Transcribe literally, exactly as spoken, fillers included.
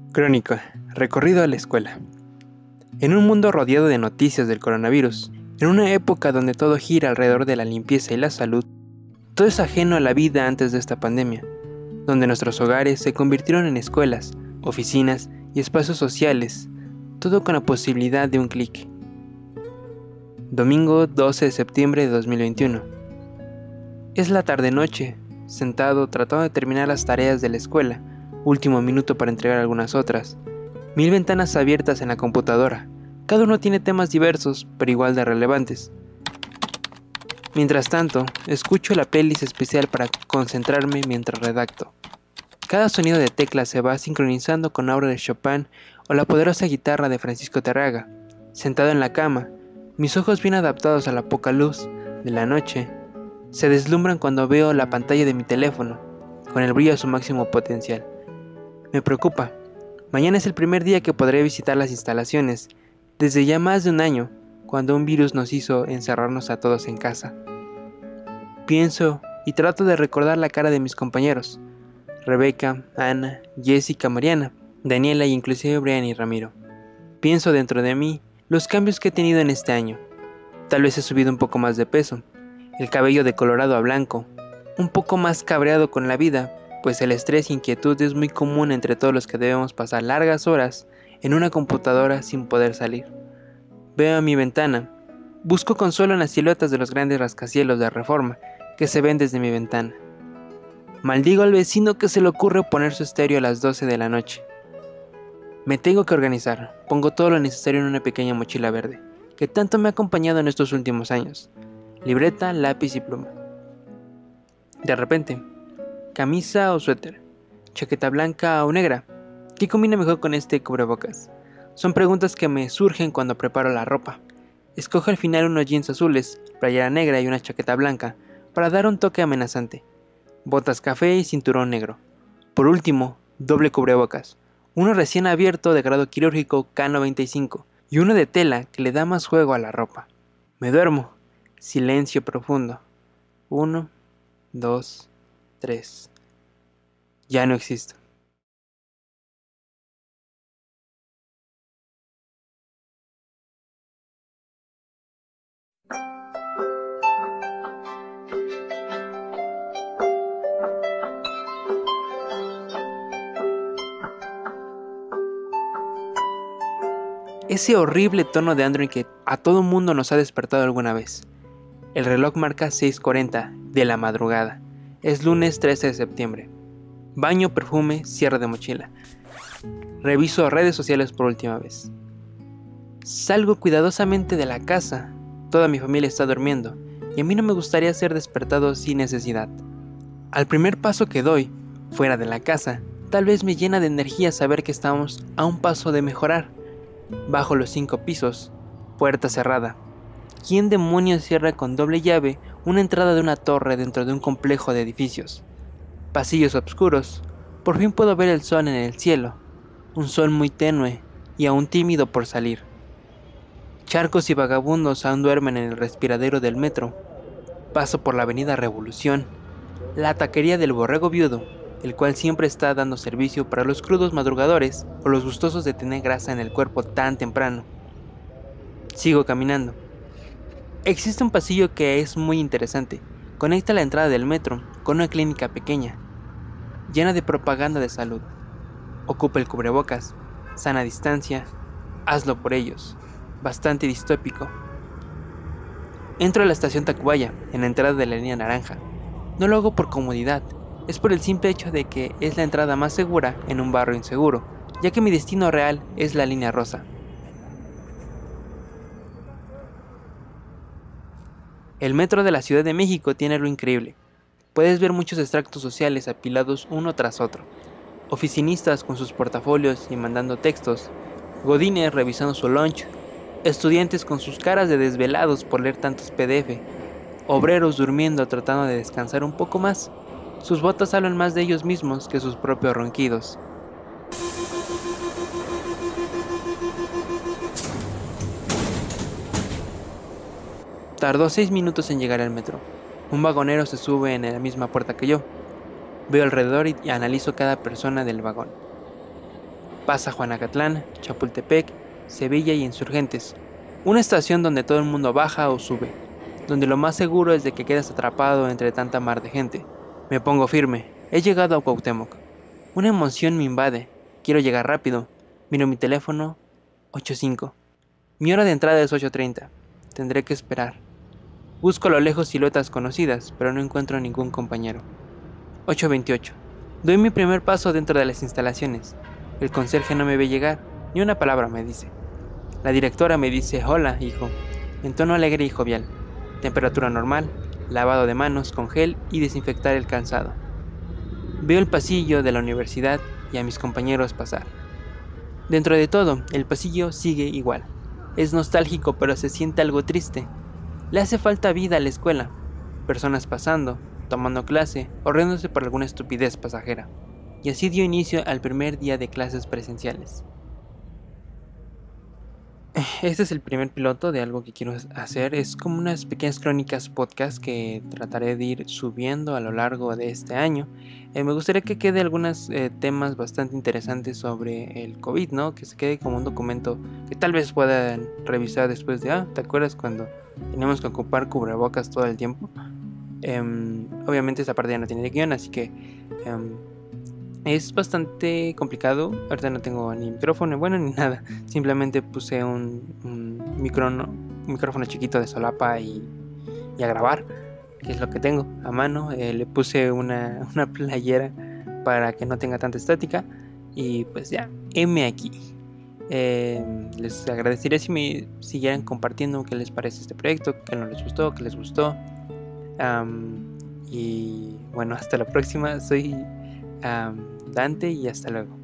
Crónica, recorrido a la escuela. En un mundo rodeado de noticias del coronavirus, en una época donde todo gira alrededor de la limpieza y la salud, todo es ajeno a la vida antes de esta pandemia, donde nuestros hogares se convirtieron en escuelas, oficinas y espacios sociales, todo con la posibilidad de un clic. Domingo doce de septiembre de dos mil veintiuno. Es la tarde-noche, sentado tratando de terminar las tareas de la escuela, último minuto para entregar algunas otras. Mil ventanas abiertas en la computadora, cada uno tiene temas diversos, pero igual de relevantes. Mientras tanto, escucho la playlist especial para concentrarme mientras redacto. Cada sonido de tecla se va sincronizando con obra de Chopin o la poderosa guitarra de Francisco Terraga. Sentado en la cama, mis ojos bien adaptados a la poca luz de la noche, se deslumbran cuando veo la pantalla de mi teléfono, con el brillo a su máximo potencial. Me preocupa. Mañana es el primer día que podré visitar las instalaciones, desde ya más de un año, cuando un virus nos hizo encerrarnos a todos en casa. Pienso y trato de recordar la cara de mis compañeros, Rebeca, Ana, Jessica, Mariana, Daniela y inclusive Brian y Ramiro. Pienso dentro de mí los cambios que he tenido en este año. Tal vez he subido un poco más de peso, el cabello de colorado a blanco, un poco más cabreado con la vida, pues el estrés e inquietud es muy común entre todos los que debemos pasar largas horas en una computadora sin poder salir. Veo a mi ventana, busco consuelo en las siluetas de los grandes rascacielos de Reforma que se ven desde mi ventana. Maldigo al vecino que se le ocurre poner su estéreo a las doce de la noche. Me tengo que organizar, pongo todo lo necesario en una pequeña mochila verde, que tanto me ha acompañado en estos últimos años. Libreta, lápiz y pluma. De repente, camisa o suéter, chaqueta blanca o negra, ¿qué combina mejor con este cubrebocas? Son preguntas que me surgen cuando preparo la ropa. Escojo al final unos jeans azules, playera negra y una chaqueta blanca, para dar un toque amenazante. Botas café y cinturón negro. Por último, doble cubrebocas, uno recién abierto de grado quirúrgico K noventa y cinco y uno de tela que le da más juego a la ropa. Me duermo. Silencio profundo. Uno, dos, tres. Ya no existo. Ese horrible tono de Android que a todo mundo nos ha despertado alguna vez. El reloj marca seis cuarenta de la madrugada. Es lunes trece de septiembre. Baño, perfume, cierre de mochila. Reviso redes sociales por última vez. Salgo cuidadosamente de la casa. Toda mi familia está durmiendo y a mí no me gustaría ser despertado sin necesidad. Al primer paso que doy, fuera de la casa, tal vez me llena de energía saber que estamos a un paso de mejorar. Bajo los cinco pisos, puerta cerrada. ¿Quién demonios cierra con doble llave una entrada de una torre dentro de un complejo de edificios? Pasillos oscuros. Por fin puedo ver el sol en el cielo. Un sol muy tenue y aún tímido por salir. Charcos y vagabundos aún duermen en el respiradero del metro. Paso por la avenida Revolución, la taquería del Borrego Viudo, el cual siempre está dando servicio para los crudos madrugadores o los gustosos de tener grasa en el cuerpo tan temprano. Sigo caminando. Existe un pasillo que es muy interesante. Conecta la entrada del metro con una clínica pequeña, llena de propaganda de salud. Ocupa el cubrebocas, sana distancia, hazlo por ellos. Bastante distópico. Entro a la estación Tacubaya, en la entrada de la línea naranja. No lo hago por comodidad, es por el simple hecho de que es la entrada más segura en un barrio inseguro, ya que mi destino real es la línea rosa. El metro de la Ciudad de México tiene algo increíble. Puedes ver muchos extractos sociales apilados uno tras otro. Oficinistas con sus portafolios y mandando textos. Godines revisando su lunch. Estudiantes con sus caras de desvelados por leer tantos P D F. Obreros durmiendo tratando de descansar un poco más. Sus botas hablan más de ellos mismos que sus propios ronquidos. Tardó seis minutos en llegar al metro. Un vagonero se sube en la misma puerta que yo. Veo alrededor y analizo cada persona del vagón. Pasa Juanacatlán, Chapultepec, Sevilla y Insurgentes. Una estación donde todo el mundo baja o sube, donde lo más seguro es de que quedes atrapado entre tanta mar de gente. Me pongo firme. He llegado a Cuauhtémoc. Una emoción me invade. Quiero llegar rápido. Miro mi teléfono. ocho cinco. Mi hora de entrada es ocho treinta. Tendré que esperar. Busco a lo lejos siluetas conocidas, pero no encuentro a ningún compañero. ocho veintiocho. Doy mi primer paso dentro de las instalaciones. El conserje no me ve llegar, ni una palabra me dice. La directora me dice hola, hijo, en tono alegre y jovial. Temperatura normal, lavado de manos con gel y desinfectar el calzado. Veo el pasillo de la universidad y a mis compañeros pasar. Dentro de todo, el pasillo sigue igual. Es nostálgico, pero se siente algo triste. Le hace falta vida a la escuela. Personas pasando, tomando clase o riéndose por alguna estupidez pasajera. Y así dio inicio al primer día de clases presenciales. Este es el primer piloto de algo que quiero hacer. Es como unas pequeñas crónicas podcast que trataré de ir subiendo a lo largo de este año. Eh, me gustaría que quede algunos eh, temas bastante interesantes sobre el COVID, ¿no? Que se quede como un documento que tal vez puedan revisar después de, ah, ¿te acuerdas cuando teníamos que ocupar cubrebocas todo el tiempo? Eh, obviamente esa parte ya no tiene guión, así que... Eh, Es bastante complicado. Ahorita no tengo ni micrófono bueno ni nada. Simplemente puse un, un, micrófono, un micrófono chiquito de solapa y, y a grabar, que es lo que tengo a mano. Eh, le puse una, una playera para que no tenga tanta estática. Y pues ya, heme aquí. Eh, les agradecería si me siguieran compartiendo qué les parece este proyecto, qué no les gustó, qué les gustó. Um, y bueno, hasta la próxima. Soy... Um, Dante y hasta luego.